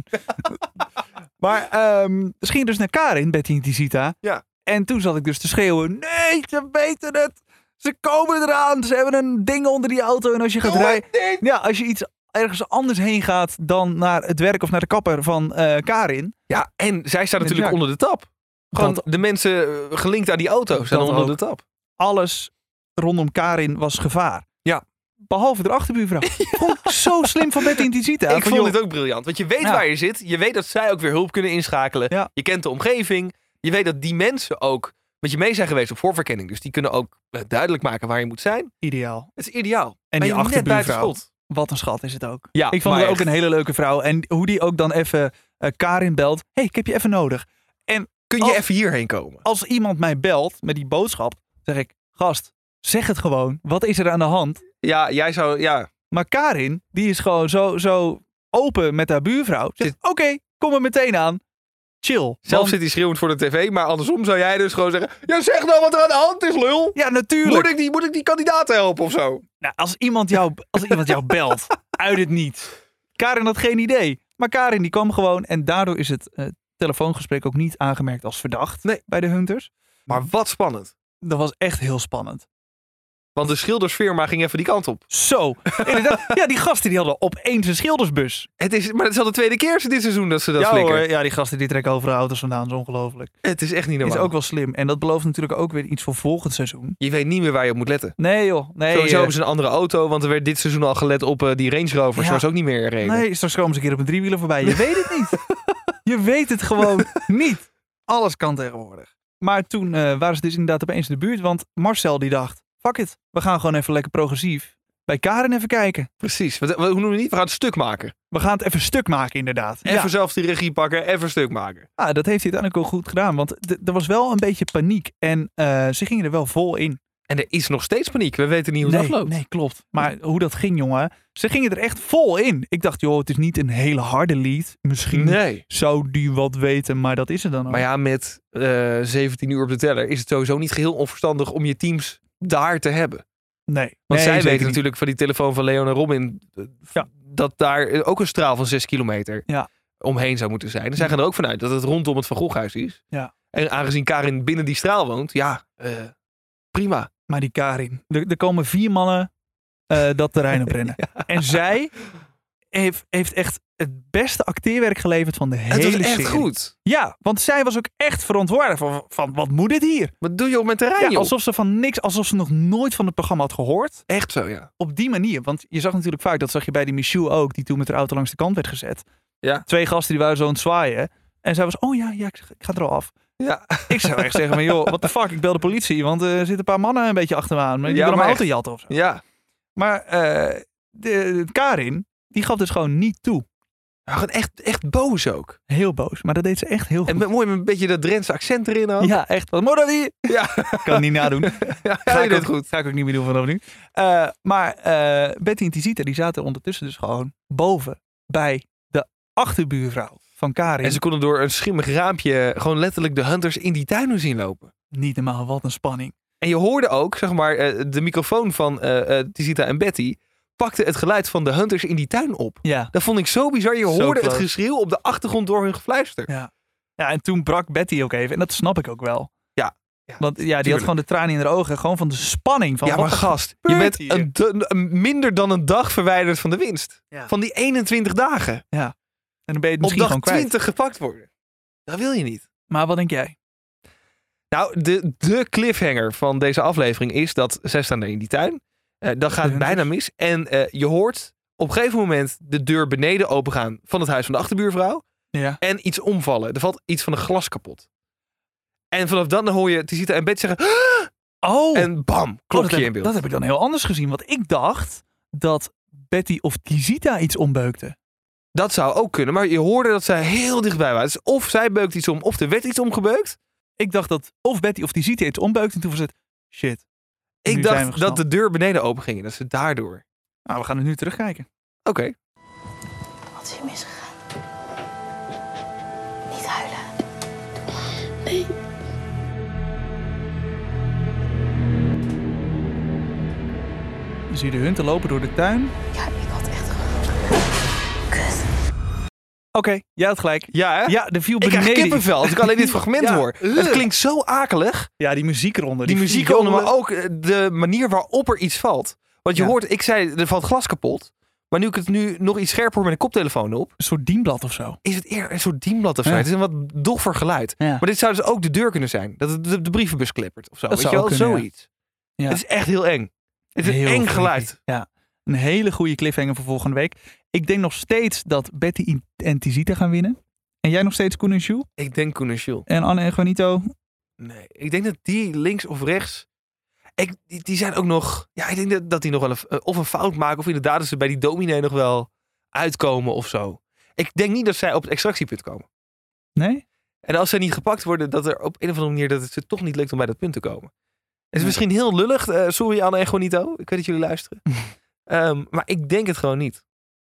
Maar ze gingen dus naar Karin, Betty en Tisita.
Ja.
En toen zat ik dus te schreeuwen. Nee, ze weten het. Ze komen eraan. Ze hebben een ding onder die auto. En als je gaat rijden. Ja, als je iets ergens anders heen gaat dan naar het werk of naar de kapper van Karin.
Ja, en zij staat natuurlijk onder de tap. Gewoon de mensen gelinkt aan die auto staan onder de tap.
Alles rondom Karin was gevaar.
Ja.
Behalve de achterbuurvrouw. Vond ik zo slim van Betty en Tisita.
Ik vond dit ook briljant. Want je weet waar je zit. Je weet dat zij ook weer hulp kunnen inschakelen.
Ja.
Je kent de omgeving. Je weet dat die mensen ook met je mee zijn geweest op voorverkenning. Dus die kunnen ook duidelijk maken waar je moet zijn.
Ideaal.
Het is ideaal.
En die achterbuurvrouw. Wat een schat is het ook.
Ja,
ik vond het ook een hele leuke vrouw. En hoe die ook dan even Karin belt. Hey, ik heb je even nodig. En
kun je even hierheen komen?
Als iemand mij belt met die boodschap, zeg ik, gast, zeg het gewoon. Wat is er aan de hand?
Ja, jij zou, ja.
Maar Karin, die is gewoon zo open met haar buurvrouw. Zegt, oké, kom er meteen aan. Chill.
Zelf zit hij schreeuwend voor de tv, maar andersom zou jij dus gewoon zeggen, ja, zeg nou wat er aan de hand is, lul.
Ja, natuurlijk.
Moet ik die kandidaten helpen of zo?
Nou, als iemand jou belt, uit het niet. Karin had geen idee. Maar Karin die kwam gewoon en daardoor is het telefoongesprek ook niet aangemerkt als verdacht bij de Hunters.
Maar wat spannend.
Dat was echt heel spannend.
Want de schildersfirma ging even die kant op.
Zo. Inderdaad. Ja, die gasten die hadden opeens een schildersbus.
Maar het is al de tweede keer dit seizoen dat ze dat flikken.
Hoor, ja, die gasten die trekken overal auto's vandaan. Dat is ongelooflijk.
Het is echt niet normaal.
Is ook wel slim. En dat belooft natuurlijk ook weer iets voor volgend seizoen.
Je weet niet meer waar je op moet letten.
Nee joh. Nee,
sowieso hebben ze een andere auto. Want er werd dit seizoen al gelet op die Range Rover. Zoals ook niet meer reden.
Nee, straks komen ze een keer op een driewieler voorbij. Je weet het niet. Je weet het gewoon niet. Alles kan tegenwoordig. Maar toen waren ze dus inderdaad opeens in de buurt. Want Marcel die dacht, fuck it. We gaan gewoon even lekker progressief bij Karin even kijken.
Precies. Hoe noemen we het niet? We gaan het stuk maken.
We gaan het even stuk maken inderdaad.
Even zelf die regie pakken. Even stuk maken.
Ah, dat heeft hij uiteindelijk ook goed gedaan. Want er was wel een beetje paniek. En ze gingen er wel vol in.
En er is nog steeds paniek. We weten niet hoe dat loopt.
Nee, klopt. Maar hoe dat ging, jongen. Ze gingen er echt vol in. Ik dacht, joh, het is niet een hele harde lead. Misschien zou die wat weten, maar dat is het dan ook.
Maar ja, met 17 uur op de teller is het sowieso niet geheel onverstandig om je teams daar te hebben.
Nee.
Want zij weten natuurlijk van die telefoon van Leon en Robin dat daar ook een straal van 6 kilometer omheen zou moeten zijn. En zij gaan er ook vanuit dat het rondom het Van Gogh-huis is.
Ja.
En aangezien Karin binnen die straal woont, prima.
Maar die Karin, er komen 4 mannen dat terrein op rennen. En zij heeft echt het beste acteerwerk geleverd van de hele serie.
Het was echt goed.
Ja, want zij was ook echt verantwoordelijk van wat moet dit hier?
Wat doe je op mijn terrein, joh?
Alsof ze nog nooit van het programma had gehoord.
Echt zo, ja.
Op die manier. Want je zag natuurlijk vaak, dat zag je bij die Michou ook, die toen met haar auto langs de kant werd gezet.
Ja.
2 gasten die waren zo aan het zwaaien. En zij was, ik ga er al af.
Ja.
Ik zou echt zeggen, maar joh, what the fuck, ik bel de politie. Want er zitten een paar mannen een beetje achter me aan. Maar die willen mijn auto jatten of zo.
Ja.
Maar Karin, die gaf dus gewoon niet toe.
Gewoon echt boos ook.
Heel boos, maar dat deed ze echt heel goed.
En mooi met een beetje dat Drentse accent erin ook.
Ja, echt. Wat moet dat hier?
Ja.
Kan het niet nadoen.
Ga je dit goed?
Ga ik ook niet meer doen vanaf nu. Maar Betty en Tisita, die zaten ondertussen dus gewoon boven bij de achterbuurvrouw van Karin.
En ze konden door een schimmig raampje gewoon letterlijk de hunters in die tuin zien lopen.
Niet normaal, wat een spanning.
En je hoorde ook, zeg maar, de microfoon van Tisita en Betty pakte het geluid van de hunters in die tuin op.
Ja.
Dat vond ik zo bizar. Je hoorde het geschreeuw op de achtergrond door hun gefluister.
Ja, en toen brak Betty ook even. En dat snap ik ook wel.
Ja.
Want die had gewoon de tranen in haar ogen. Gewoon van de spanning. Van,
ja, maar gast, je bent minder dan een dag verwijderd van de winst. Ja. Van die 21 dagen.
Ja. En dan ben je het misschien
op dag
gewoon
20 gepakt worden. Dat wil je niet.
Maar wat denk jij?
Nou, de cliffhanger van deze aflevering is dat zij staan er in die tuin. Dan gaat het bijna mis. En je hoort op een gegeven moment de deur beneden opengaan van het huis van de achterbuurvrouw.
Ja.
En iets omvallen. Er valt iets van een glas kapot. En vanaf dan hoor je Tisita en Betty zeggen...
Oh!
En bam, klokje in beeld.
Dat heb ik dan heel anders gezien. Want ik dacht dat Betty of Tisita iets ombeukte.
Dat zou ook kunnen. Maar je hoorde dat zij heel dichtbij waren. Dus of zij beukt iets om, of er werd iets omgebeukt.
Ik dacht dat of Betty of Tisita iets ombeukte. En toen was het shit.
Ik dacht dat de deur beneden open ging. Dat ze daardoor...
Nou, we gaan het nu terugkijken.
Oké.
Wat is hier misgegaan? Niet huilen. Nee.
Dan zie je de hunten lopen door de tuin.
Ja, ik had echt kut.
Oké, jij had gelijk.
Ja, hè?
Ja, er viel
ik
beneden.
krijg kippenvel als ik alleen dit fragment hoor. Het klinkt zo akelig.
Ja, die muziek eronder.
Die muziek eronder, maar ook de manier waarop er iets valt. Want je hoort, ik zei, er valt glas kapot. Maar nu ik het nu nog iets scherper hoor met een koptelefoon op.
Een soort dienblad of zo.
Is het eerder een soort dienblad of zo. Ja. Het is een wat doffer geluid. Ja. Maar dit zou dus ook de deur kunnen zijn. Dat het de brievenbus klippert of zo.
Dat
weet je wel,
kunnen,
zoiets. Ja. Het is echt heel eng. Het is een eng geluid.
Ja. Een hele goede cliffhanger voor volgende week. Ik denk nog steeds dat Betty en Tisita gaan winnen. En jij nog steeds Koen en Jules?
Ik denk Koen en Jules.
En Anne en Juanito?
Nee, ik denk dat die links of rechts... Die zijn ook nog... Ja, ik denk dat die nog wel of een fout maken... of inderdaad dat ze bij die dominee nog wel uitkomen of zo. Ik denk niet dat zij op het extractiepunt komen.
Nee?
En als zij niet gepakt worden... dat er op een of andere manier... dat het ze toch niet lukt om bij dat punt te komen. Het is misschien heel lullig. Sorry Anne en Juanito. Ik weet dat jullie luisteren. Maar ik denk het gewoon niet.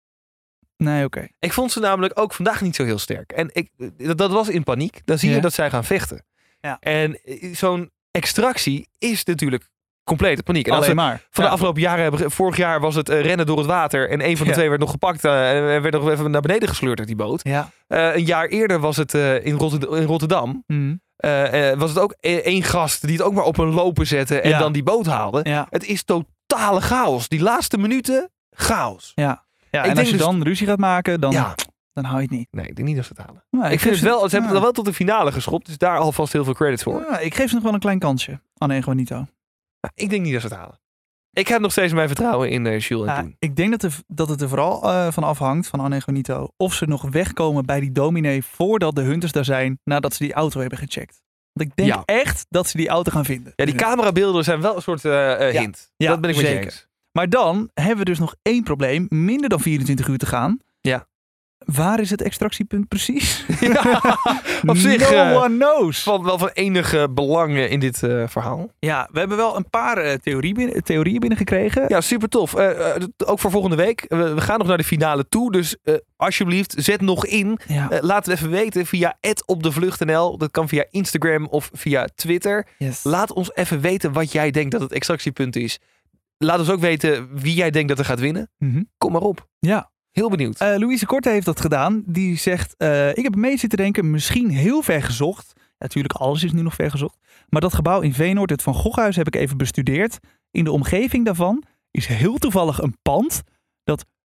Nee, oké.
Ik vond ze namelijk ook vandaag niet zo heel sterk. En dat was in paniek. Dan zie je dat zij gaan vechten. Ja. En zo'n extractie is natuurlijk complete paniek. En
alleen maar.
Van de afgelopen jaren hebben... Vorig jaar was het rennen door het water. En een van de twee werd nog gepakt. En werd nog even naar beneden gesleurd uit die boot.
Ja.
Een jaar eerder was het in Rotterdam. Was het ook één gast die het ook maar op een lopen zette. En dan die boot haalde. Ja. Het is totale chaos. Die laatste minuten, chaos.
Ja. Ja, en als je dan ruzie gaat maken, dan hou je het niet.
Nee, ik denk niet dat ze het halen.
Nou,
ik vind het wel, ze hebben het wel tot de finale geschopt. Dus daar alvast heel veel credits voor.
Ja, ik geef ze nog wel een klein kansje. Anne en Juanito.
Nou, ik denk niet dat ze het halen. Ik heb nog steeds mijn vertrouwen in Jules en Koen.
Ik denk dat het er vooral van afhangt, van Anne en Juanito, of ze nog wegkomen bij die dominee voordat de hunters daar zijn, nadat ze die auto hebben gecheckt. Want ik denk echt dat ze die auto gaan vinden.
Ja, die camerabeelden zijn wel een soort hint. Ja, dat ben ik met je eens.
Maar dan hebben we dus nog één probleem. Minder dan 24 uur te gaan.
Ja.
Waar is het extractiepunt precies?
Ja, op zich.
No one knows.
Valt wel van enige belang in dit verhaal.
Ja, we hebben wel een paar theorieën binnengekregen.
Ja, super tof. Ook voor volgende week. We gaan nog naar de finale toe. Dus alsjeblieft, zet nog in. Ja. Laat het even weten via @opdevlucht.nl. Dat kan via Instagram of via Twitter.
Yes.
Laat ons even weten wat jij denkt dat het extractiepunt is. Laat ons ook weten wie jij denkt dat er gaat winnen. Kom maar op.
Ja.
Heel benieuwd.
Louise Korte heeft dat gedaan. Die zegt, ik heb mee zitten denken, misschien heel ver gezocht. Ja, natuurlijk, alles is nu nog ver gezocht. Maar dat gebouw in Veenoord, het Van Goghhuis, heb ik even bestudeerd. In de omgeving daarvan is heel toevallig een pand dat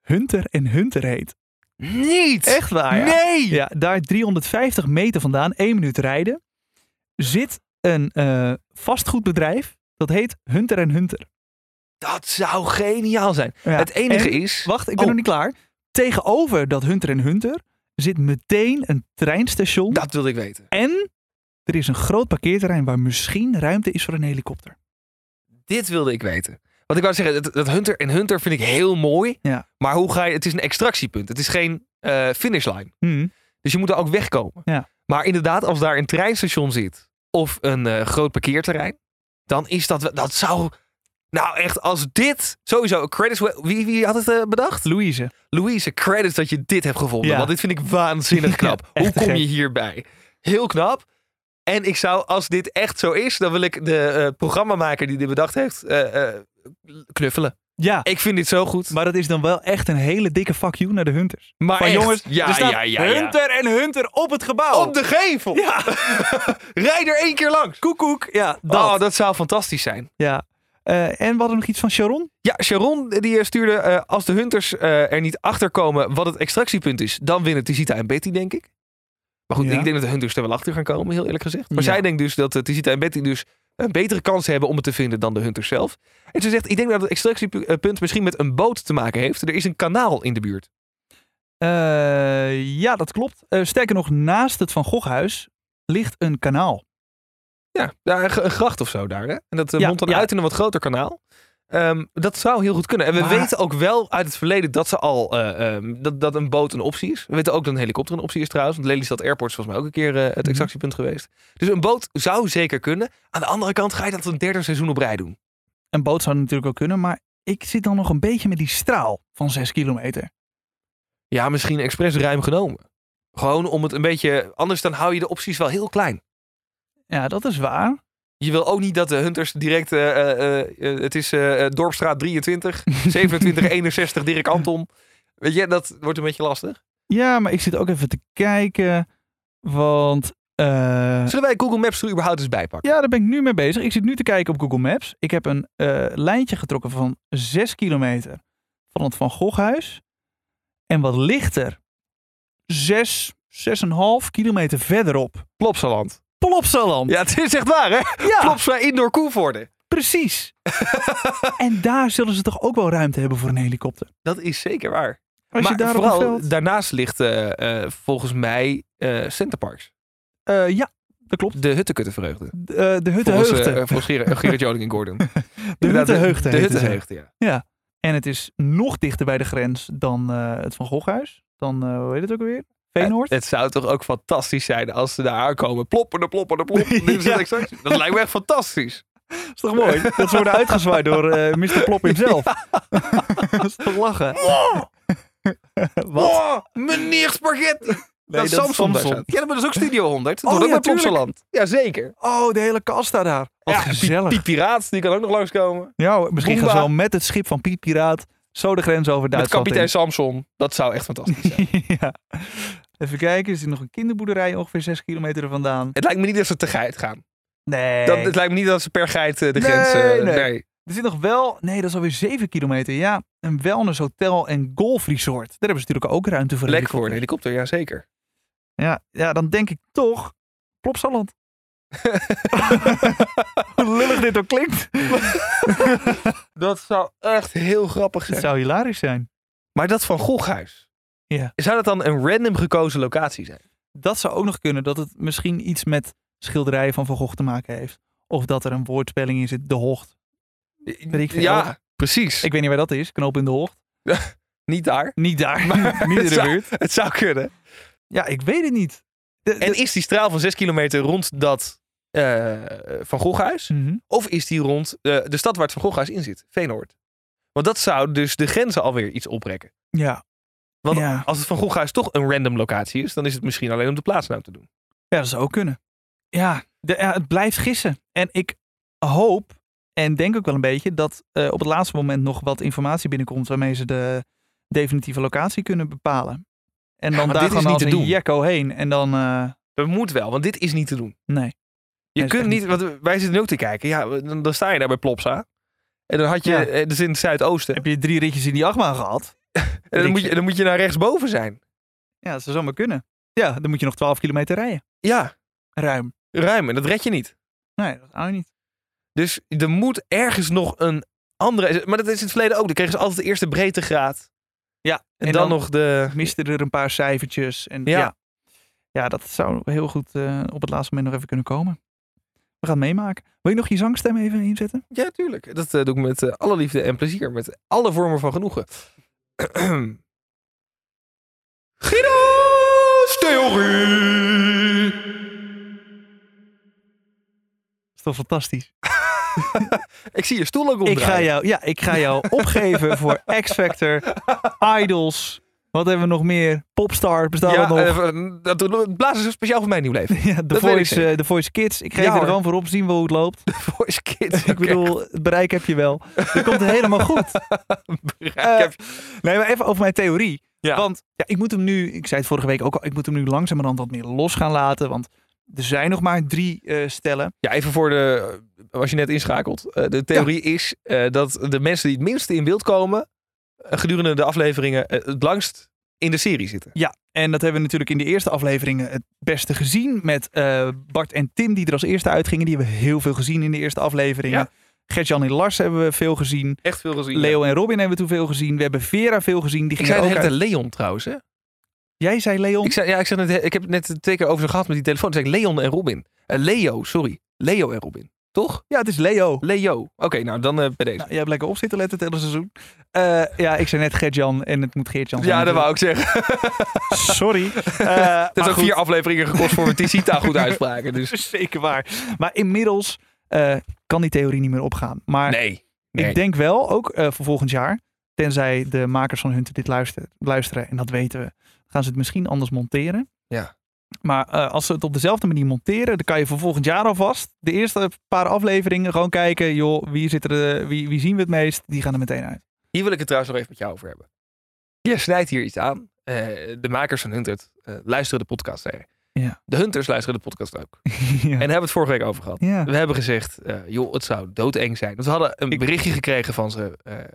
Hunter en Hunter heet.
Niet!
Echt waar, ja.
Nee!
Ja, daar 350 meter vandaan, 1 minuut rijden, zit een vastgoedbedrijf. Dat heet Hunter en Hunter.
Dat zou geniaal zijn.
Ja.
Het enige
En,
is...
Wacht, ik ben nog niet klaar. Tegenover dat Hunter en Hunter zit meteen een treinstation.
Dat wilde ik weten.
En er is een groot parkeerterrein waar misschien ruimte is voor een helikopter.
Dit wilde ik weten. Want ik wou zeggen, dat Hunter en Hunter vind ik heel mooi.
Ja.
Maar hoe ga je... Het is een extractiepunt. Het is geen finishline. Dus je moet er ook wegkomen.
Ja.
Maar inderdaad, als daar een treinstation zit of een groot parkeerterrein, dan is dat zou... Nou echt, als dit... Sowieso, credits... Wie had het bedacht? Louise, credits dat je dit hebt gevonden.
Ja.
Want dit vind ik waanzinnig knap.
Ja,
hoe
echt
kom
gek.
je hierbij? Heel knap. En ik zou, als dit echt zo is, dan wil ik de programmamaker die dit bedacht heeft, knuffelen.
Ja.
Ik vind dit zo goed.
Maar dat is dan wel echt een hele dikke fuck you naar de Hunters.
Maar
Van
echt,
jongens,
ja,
er staat
ja.
Hunter en Hunter op het gebouw.
Op de gevel!
Ja.
Rijd er 1 keer langs.
Koekoek. Ja, dat.
Oh, dat zou fantastisch zijn.
Ja. En we hadden nog iets van Sharon.
Ja, Sharon die stuurde, als de Hunters er niet achter komen wat het extractiepunt is, dan winnen Tisita en Betty, denk ik. Maar goed,
Ja.
ik denk dat de Hunters er wel achter gaan komen, heel eerlijk gezegd. Maar
Ja.
zij denkt dus dat Tisita en Betty dus een betere kans hebben om het te vinden dan de Hunters zelf. En ze zegt, ik denk dat het extractiepunt misschien met een boot te maken heeft. Er is een kanaal in de buurt.
Ja, dat klopt. Sterker nog, naast het Van Goghhuis ligt een kanaal.
Ja, een gracht of zo daar. Hè? En dat
Ja,
mondt dan
ja.
uit in een wat groter kanaal. Dat zou heel goed kunnen. En we
Maar-
weten ook wel uit het verleden dat ze al dat een boot een optie is. We weten ook dat een helikopter een optie is trouwens. Want Lelystad Airport is volgens mij ook een keer het extractiepunt geweest. Dus een boot zou zeker kunnen. Aan de andere kant ga je dat een 3e seizoen op rij doen.
Een boot zou natuurlijk ook kunnen, maar ik zit dan nog een beetje met die straal van 6 kilometer.
Ja, misschien expres ruim genomen. Gewoon om het een beetje... Anders dan hou je de opties wel heel klein.
Ja, dat is waar.
Je wil ook niet dat de Hunters direct... het is Dorpstraat 23, 2761 Dirk Anton. Weet je, dat wordt een beetje lastig.
Ja, maar ik zit ook even te kijken, want...
Zullen wij Google Maps er überhaupt eens bijpakken?
Ja, daar ben ik nu mee bezig. Ik zit nu te kijken op Google Maps. Ik heb een lijntje getrokken van 6 kilometer van het Van Goghhuis. En wat ligt er? 6,5 kilometer verderop.
Plopsaland.
Plopsaland.
Ja, het is echt waar, hè?
Ja.
Plopsa Indoor Koevoorde.
Precies. En daar zullen ze toch ook wel ruimte hebben voor een helikopter.
Dat is zeker waar.
Als
maar
je daar
vooral,
op een veld...
daarnaast ligt volgens mij Centerparks.
Ja, dat klopt.
De Huttenkuttenvreugde.
De Huttenheugte.
Volgens Gerard Joling en Gordon.
De Huttenheugte.
De
heet het.
Huttenheugte, ja.
Ja. En het is nog dichter bij de grens dan het Van Goghhuis. Dan, hoe heet het ook alweer? Veenoord.
Het zou toch ook fantastisch zijn als ze daar aankomen. Ploppen. Dit is
Ja.
het extractie. Dat lijkt me echt fantastisch.
Dat is toch mooi? Dat ze worden uitgezwaaid door Mr. Plop himself. Dat is toch lachen? Wat?
Oh, meneer Spaghetti.
Nee,
dat
dat is
Samson daar
Samson.
staat. Ja, maar dat is ook Studio 100. Dat
Oh,
hoort ook
ja,
bij Plopsaland. Jazeker.
Oh, de hele kast staat daar. Wat gezellig.
Piet Piraat, die kan ook nog langskomen.
Ja, misschien gaan ze
Boomba.
wel met het schip van Piet Piraat zo de grens over
Met
Duitsland
kapitein Samson. Dat zou echt fantastisch zijn.
in. Ja. Even kijken, er zit nog een kinderboerderij ongeveer 6 kilometer vandaan.
Het lijkt me niet dat ze te geit gaan.
Nee.
Het lijkt me niet dat ze per geit de
Nee,
grens...
nee. Er zit nog wel, nee, dat is alweer 7 kilometer. Ja, een wellnesshotel en golfresort. Daar hebben ze natuurlijk ook ruimte voor.
Plek voor een helikopter, ja zeker.
Ja, dan denk ik toch Plopsaland. Hoe lullig dit ook klinkt.
Dat zou echt heel grappig
Het
zijn.
zou hilarisch zijn.
Maar dat Van Goghhuis.
Ja.
Zou dat dan een random gekozen locatie zijn?
Dat zou ook nog kunnen dat het misschien iets met schilderijen van Van Gogh te maken heeft. Of dat er een woordspelling in zit, de Hocht. Weet ik veel.
Ja, precies.
Ik weet niet waar dat is, knoop in de Hocht.
Niet daar.
Niet daar,
Maar
niet in de buurt.
Het zou kunnen.
Ja, ik weet het niet.
En is die straal van 6 kilometer rond dat Van Goghhuis?
Mhm.
Of is die rond de stad waar het Van Goghhuis in zit? Veenoord. Want dat zou dus de grenzen alweer iets oprekken.
Ja.
Want
Ja.
als het Van Goghhuis toch een random locatie is, dan is het misschien alleen om de plaatsnaam te doen.
Ja, dat zou ook kunnen. Ja, het blijft gissen. En ik hoop en denk ook wel een beetje dat op het laatste moment nog wat informatie binnenkomt waarmee ze de definitieve locatie kunnen bepalen. En dan
maar
daar
dit is
gaan
niet
als
te
een
doen.
jekko heen. En dan,
Dat moet wel, want dit is niet te doen.
nee.
Je
Nee,
kunt
dat is
niet,
echt
want wij zitten nu ook te kijken. Ja, dan sta je daar bij Plopsa. En dan had je,
Ja.
dus in het Zuidoosten.
Heb je 3 ritjes in die achtbaan gehad?
En dan moet je naar rechtsboven zijn.
Ja, dat zou zomaar kunnen. Ja, dan moet je nog 12 kilometer rijden.
Ja.
Ruim.
En dat red je niet.
Nee, dat hou je niet.
Dus er moet ergens nog een andere... Maar dat is in het verleden ook. Dan kregen ze altijd de eerste breedtegraad.
Ja.
En dan nog de...
Misten er een paar cijfertjes. En ja, dat zou heel goed op het laatste moment nog even kunnen komen. We gaan het meemaken. Wil je nog je zangstem even inzetten?
Ja, tuurlijk. Dat doe ik met alle liefde en plezier. Met alle vormen van genoegen. Guido's Theorie.
Dat is toch fantastisch?
Ik zie je stoel ook omdraaien.
Ik ga jou opgeven voor X-Factor, Idols. Wat hebben we nog meer? Popstar bestaan nog.
Dat blazen ze speciaal voor mijn nieuw leven.
Ja, The Voice Kids. Ik geef je er gewoon voor op, zien we hoe het loopt.
The Voice Kids.
Ik bedoel, het bereik heb je wel. Dat komt helemaal goed. Nee, maar even over mijn theorie. Ja. Want ik moet hem nu, ik zei het vorige week ook al, ik moet hem nu langzamerhand wat meer los gaan laten. Want er zijn nog maar 3 stellen.
Ja, even voor als je net inschakelt. De theorie is dat de mensen die het minste in beeld komen, gedurende de afleveringen het langst in de serie zitten.
Ja, en dat hebben we natuurlijk in de eerste afleveringen het beste gezien. Met Bart en Tim die er als eerste uitgingen. Die hebben we heel veel gezien in de eerste afleveringen. Ja. Gert-Jan en Lars hebben we veel gezien.
Echt veel gezien.
Leo en Robin hebben we toen veel gezien. We hebben Vera veel gezien. Die
ik zei het hele Leon trouwens, hè?
Jij zei Leon?
Ik heb het net 2 keer over ze gehad met die telefoon. Toen zei ik Leon en Robin. Leo en Robin. Toch?
Ja, het is Leo.
Oké, nou dan bij deze.
Nou, jij hebt lekker op zitten letten het hele seizoen. Ja, ik zei net Gert-Jan en het moet Geert-Jan zijn.
Ja, dat wou ik zeggen.
Sorry.
Het heeft ook 4 afleveringen gekost voor we Tisita goed uitspraken. Dus.
Zeker waar. Maar inmiddels kan die theorie niet meer opgaan. Maar
nee.
Ik denk wel, ook voor volgend jaar, tenzij de makers van Hunter dit luisteren, en dat weten we, gaan ze het misschien anders monteren.
Ja.
Maar als ze het op dezelfde manier monteren, dan kan je voor volgend jaar alvast de eerste paar afleveringen gewoon kijken, joh, wie zien we het meest? Die gaan er meteen uit.
Hier wil ik het trouwens nog even met jou over hebben. Je snijdt hier iets aan. De makers van Hunter luisteren de podcast.
Ja.
De Hunters luisteren de podcast ook.
Ja.
En hebben het vorige week over gehad.
Ja.
We hebben gezegd, joh, het zou doodeng zijn. Want we hadden een berichtje gekregen van ze.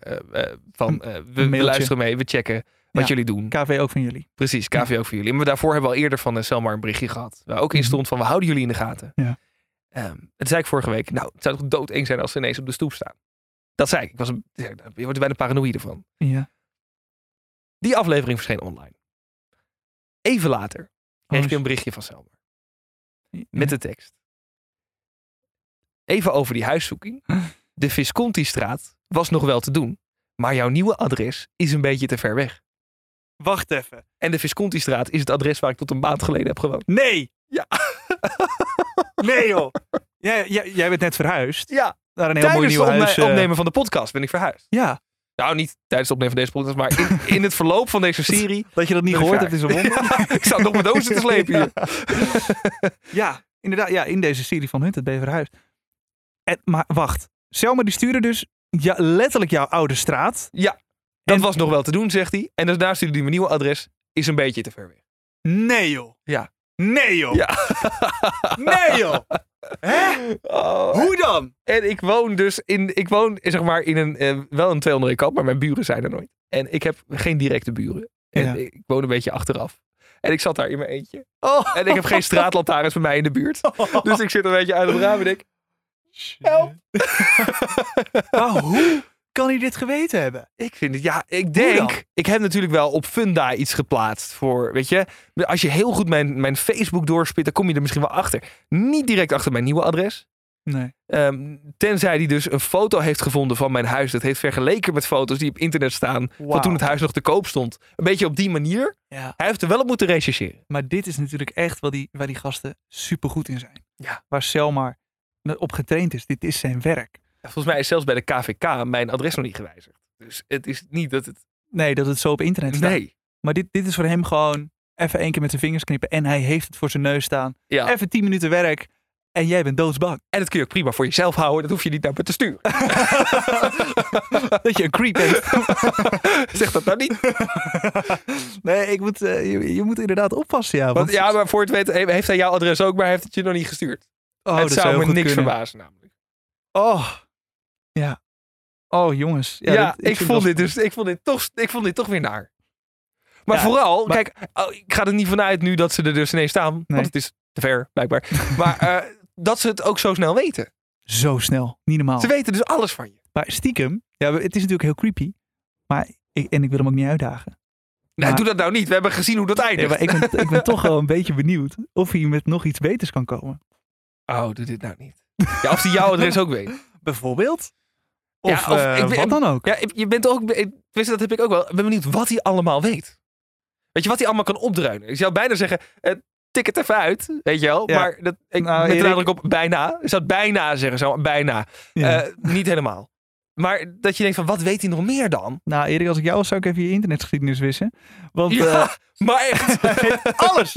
We luisteren mee, we checken wat jullie doen.
KV ook van jullie.
Precies, KV ook van jullie. Maar daarvoor hebben we al eerder van Selmar een berichtje gehad. Waar ook in stond van, we houden jullie in de gaten.
Ja.
Het zei ik vorige week, nou, het zou toch doodeng zijn als ze ineens op de stoep staan. Dat zei ik. Je wordt er bijna paranoïde van.
Ja.
Die aflevering verscheen online. Even later kreeg ik een berichtje van Selmar. Met de tekst. Even over die huiszoeking. De Visconti-straat was nog wel te doen. Maar jouw nieuwe adres is een beetje te ver weg.
Wacht even.
En de Visconti-straat is het adres waar ik tot een maand geleden heb gewoond.
Nee!
Ja.
Nee joh. Jij bent net verhuisd.
Ja.
Naar een heel mooi nieuw huis.
Tijdens het opnemen van de podcast ben ik verhuisd.
Ja.
Nou, niet tijdens het opnemen van deze podcast, maar in het verloop van deze serie.
Dat je dat niet gehoord hebt is een wonder.
Ja, ik zat nog met dozen te slepen hier.
Ja, inderdaad. Ja, in deze serie van Hunter ben je verhuisd. Maar wacht. Selma die stuurde dus letterlijk jouw oude straat.
Ja, dat was nog wel te doen, zegt hij. En daarna stuurde hij mijn nieuwe adres. Is een beetje te ver weg.
Nee joh.
Ja.
Nee joh.
Ja.
Nee joh. Hè?
Oh.
Hoe dan?
En ik woon zeg maar in een, wel een 200 kap, maar mijn buren zijn er nooit. En ik heb geen directe buren. En ik woon een beetje achteraf. En ik zat daar in mijn eentje.
Oh.
En ik heb geen straatlantaarns bij mij in de buurt. Dus ik zit een beetje uit het raam en ik... Help!
Maar hoe kan hij dit geweten hebben?
Ik vind het, ik denk... Ik heb natuurlijk wel op Funda iets geplaatst voor, weet je... Als je heel goed mijn Facebook doorspit, dan kom je er misschien wel achter. Niet direct achter mijn nieuwe adres.
Nee.
Tenzij hij dus een foto heeft gevonden van mijn huis. Dat heeft vergeleken met foto's die op internet staan. Wow. Van toen het huis nog te koop stond. Een beetje op die manier.
Ja.
Hij heeft er wel op moeten rechercheren.
Maar dit is natuurlijk echt waar die gasten supergoed in zijn.
Ja.
Waar Selmar op getraind is. Dit is zijn werk.
Ja, volgens mij is zelfs bij de KVK mijn adres nog niet gewijzigd. Dus het is niet dat het...
Nee, dat het zo op internet staat.
Nee.
Maar dit is voor hem gewoon even 1 keer met zijn vingers knippen. En hij heeft het voor zijn neus staan.
Ja.
Even 10 minuten werk. En jij bent doodsbang.
En dat kun je ook prima voor jezelf houden. Dat hoef je niet naar me te sturen.
Dat je een creep bent.
Zeg dat nou niet.
Nee, je moet inderdaad oppassen. Ja,
want maar voor het weten heeft hij jouw adres ook, maar heeft het je nog niet gestuurd.
Oh,
het
dat
zou me niks
kunnen.
verbazen namelijk.
Oh, ja. Oh jongens.
Ik vond dit toch weer naar. Maar vooral, kijk, ik ga er niet vanuit nu dat ze er dus ineens staan. Want het is te ver, blijkbaar. Maar dat ze het ook zo snel weten.
Zo snel, niet normaal.
Ze weten dus alles van je.
Maar stiekem, het is natuurlijk heel creepy. Maar ik wil hem ook niet uitdagen.
Nee, doe dat nou niet. We hebben gezien hoe dat eindigt.
Ja, maar ik ben toch wel een beetje benieuwd of hij met nog iets beters kan komen.
Oh, doe dit nou niet. Ja, of hij jouw adres ook weet.
Bijvoorbeeld. Of
wat
dan ook.
Ja, je bent ook, dat heb ik ook wel. Ik ben benieuwd wat hij allemaal weet. Weet je wat hij allemaal kan opdreunen? Ik zou bijna zeggen, tik het even uit. Weet je wel? Ja. Maar met de nadruk op bijna. Ik zou het bijna zeggen. Zo, bijna. Ja. Niet helemaal. Maar dat je denkt van, wat weet hij nog meer dan?
Nou Erik, als ik jou was, zou ik even je internetgeschiedenis wissen. Want,
maar echt.
Alles.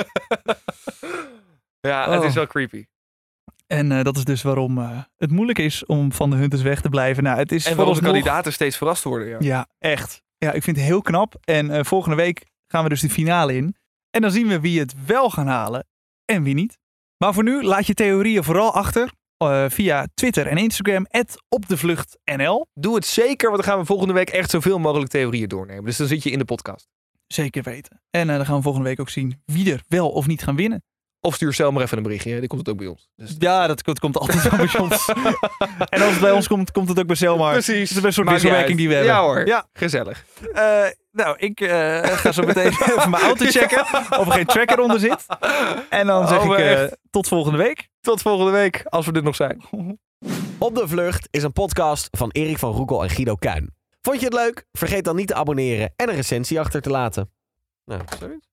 Het is wel creepy.
En dat is dus waarom het moeilijk is om van de Hunters weg te blijven. Nou, het is
en waarom de kandidaten steeds verrast worden.
Ja, echt. Ja, ik vind het heel knap. En volgende week gaan we dus de finale in. En dan zien we wie het wel gaan halen en wie niet. Maar voor nu laat je theorieën vooral achter via Twitter en Instagram @opdevluchtnl.
Doe het zeker, want dan gaan we volgende week echt zoveel mogelijk theorieën doornemen. Dus dan zit je in de podcast.
Zeker weten. En dan gaan we volgende week ook zien wie er wel of niet gaan winnen.
Of stuur zelf maar even een berichtje. Die komt het ook bij ons. Dus...
Ja, dat komt altijd wel bij ons. En als het bij ons komt, komt het ook bij Selma.
Precies.
Het is een soort wisselwerking die we hebben.
Ja hoor, gezellig.
Nou, ik ga zo meteen even mijn auto checken of er geen tracker onder zit. En dan zeg ik tot volgende week.
Tot volgende week, als we dit nog zijn.
Op de Vlucht is een podcast van Erik van Roekel en Guido Kuin. Vond je het leuk? Vergeet dan niet te abonneren en een recensie achter te laten. Nou, zoiets.